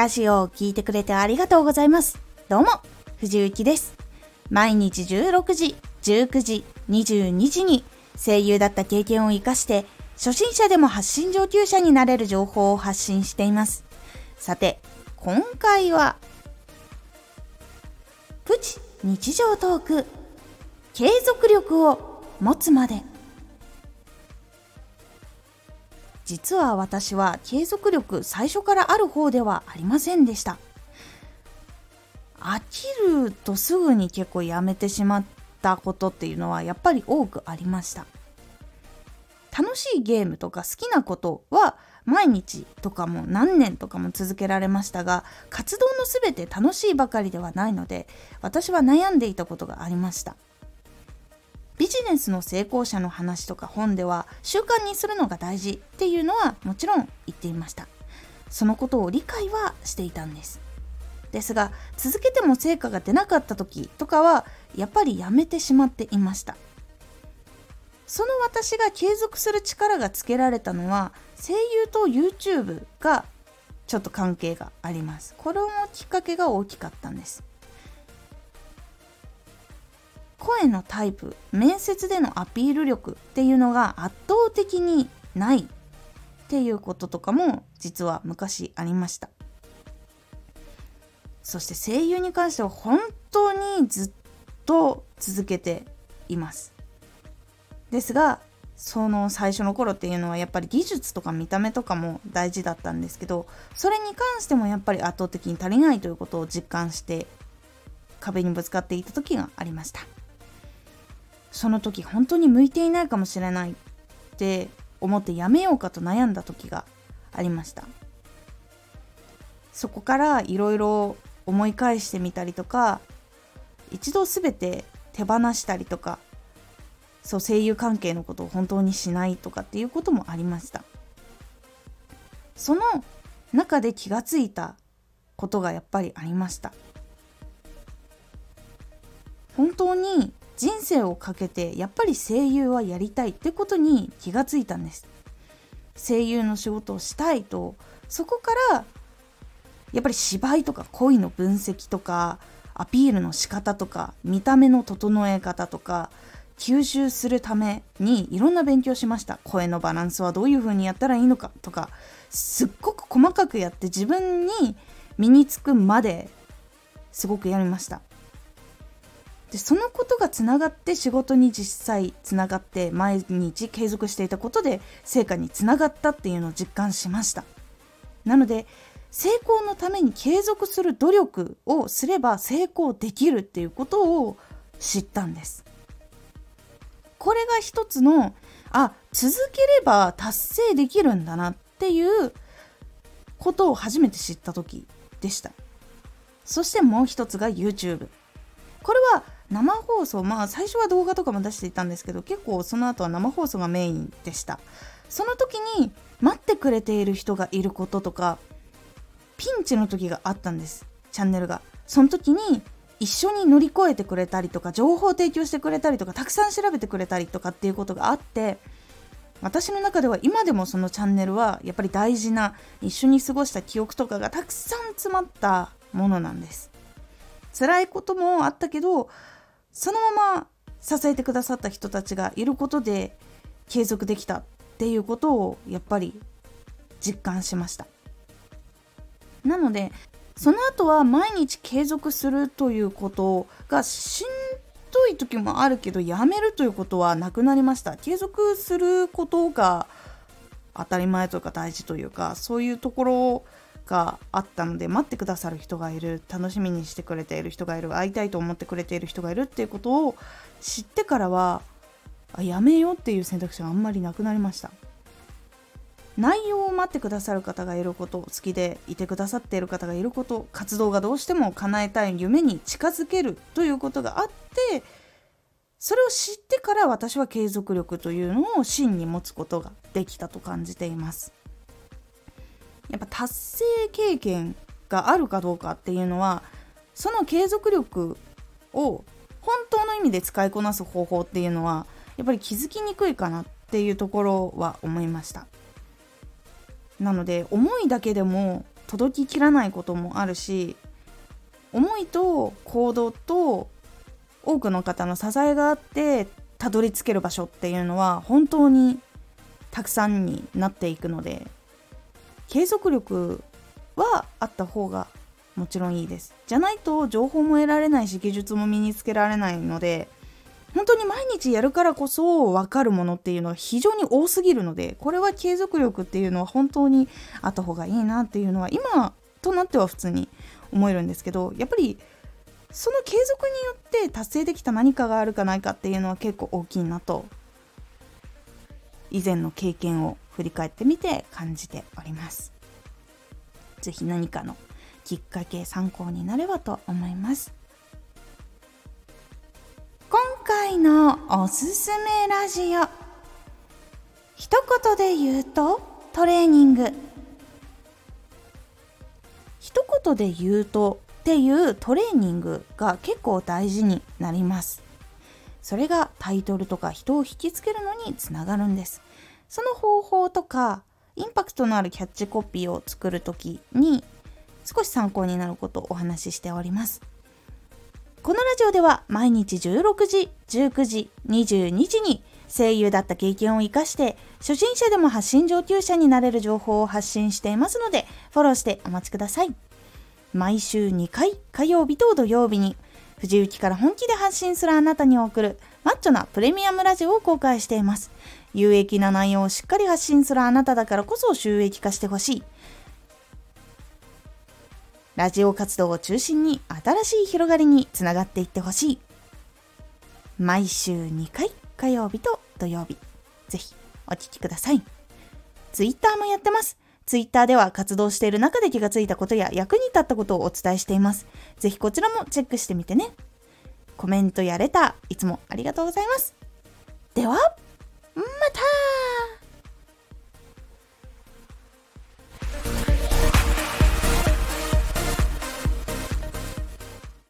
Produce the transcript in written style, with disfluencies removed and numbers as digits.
ラジオを聞いてくれてありがとうございます。どうも、藤幸です。毎日16時、19時、22時に声優だった経験を生かして初心者でも発信上級者になれる情報を発信しています。さて、今回はプチ日常トーク、継続力を持つまで。実は私は継続力最初からある方ではありませんでした。飽きるとすぐに結構やめてしまったことっていうのはやっぱり多くありました。楽しいゲームとか好きなことは毎日とかも何年とかも続けられましたが、活動のすべて楽しいばかりではないので、私は悩んでいたことがありました。ビジネスの成功者の話とか本では習慣にするのが大事っていうのはもちろん言っていました。そのことを理解はしていたんです。ですが続けても成果が出なかった時とかはやっぱりやめてしまっていました。その私が継続する力がつけられたのは声優と YouTube がちょっと関係があります。これのきっかけが大きかったんです。声のタイプ、面接でのアピール力っていうのが圧倒的にないっていうこととかも実は昔ありました。そして声優に関しては本当にずっと続けています。ですがその最初の頃っていうのはやっぱり技術とか見た目とかも大事だったんですけど、それに関してもやっぱり圧倒的に足りないということを実感して壁にぶつかっていた時がありました。その時本当に向いていないかもしれないって思ってやめようかと悩んだ時がありました。そこからいろいろ思い返してみたりとか、一度すべて手放したりとか、声優関係のことを本当にしないとかっていうこともありました。その中で気がついたことがやっぱりありました。本当に人生をかけてやっぱり声優はやりたいってことに気がついたんです。声優の仕事をしたいと、そこからやっぱり芝居とか声の分析とかアピールの仕方とか見た目の整え方とか吸収するためにいろんな勉強しました。声のバランスはどういう風にやったらいいのかとか、すっごく細かくやって自分に身につくまですごくやりました。でそのことがつながって仕事に実際つながって毎日継続していたことで成果につながったっていうのを実感しました。なので成功のために継続する努力をすれば成功できるっていうことを知ったんです。これが一つの続ければ達成できるんだなっていうことを初めて知った時でした。そしてもう一つが YouTube。 これは生放送、最初は動画とかも出していたんですけど、結構その後は生放送がメインでした。その時に待ってくれている人がいることとか、ピンチの時があったんです、チャンネルが。その時に一緒に乗り越えてくれたりとか、情報を提供してくれたりとか、たくさん調べてくれたりとかっていうことがあって、私の中では今でもそのチャンネルはやっぱり大事な、一緒に過ごした記憶とかがたくさん詰まったものなんです。辛いこともあったけど、そのまま支えてくださった人たちがいることで継続できたっていうことをやっぱり実感しました。なのでその後は毎日継続するということがしんどい時もあるけど、やめるということはなくなりました。継続することが当たり前というか大事というか、そういうところがあったので、待ってくださる人がいる、楽しみにしてくれている人がいる、会いたいと思ってくれている人がいるっていうことを知ってからはやめようっていう選択肢があんまりなくなりました。内容を待ってくださる方がいること、好きでいてくださっている方がいること、活動がどうしても叶えたい夢に近づけるということがあって、それを知ってから私は継続力というのを真に持つことができたと感じています。やっぱ達成経験があるかどうかっていうのは、その継続力を本当の意味で使いこなす方法っていうのはやっぱり気づきにくいかなっていうところは思いました。なので思いだけでも届ききらないこともあるし、思いと行動と多くの方の支えがあってたどり着ける場所っていうのは本当にたくさんになっていくので、継続力はあった方がもちろんいいです。じゃないと情報も得られないし、技術も身につけられないので、本当に毎日やるからこそ分かるものっていうのは非常に多すぎるので、これは継続力っていうのは本当にあった方がいいなっていうのは今となっては普通に思えるんですけど、やっぱりその継続によって達成できた何かがあるかないかっていうのは結構大きいなと、以前の経験を振り返ってみて感じております。ぜひ何かのきっかけ、参考になればと思います。今回のおすすめラジオ、一言で言うとトレーニング。一言で言うとっていうトレーニングが結構大事になります。それがタイトルとか人を引きつけるのにつながるんです。その方法とかインパクトのあるキャッチコピーを作るときに少し参考になることをお話ししております。このラジオでは毎日16時、19時、22時に声優だった経験を生かして初心者でも発信上級者になれる情報を発信していますので、フォローしてお待ちください。毎週2回、火曜日と土曜日に藤雪から本気で発信するあなたに送るマッチョなプレミアムラジオを公開しています。有益な内容をしっかり発信するあなただからこそ収益化してほしい。ラジオ活動を中心に新しい広がりにつながっていってほしい。毎週2回、火曜日と土曜日、ぜひお聞きください。ツイッターもやってます。ツイッターでは活動している中で気がついたことや役に立ったことをお伝えしています。ぜひこちらもチェックしてみてね。コメントやレターいつもありがとうございます。ではまた。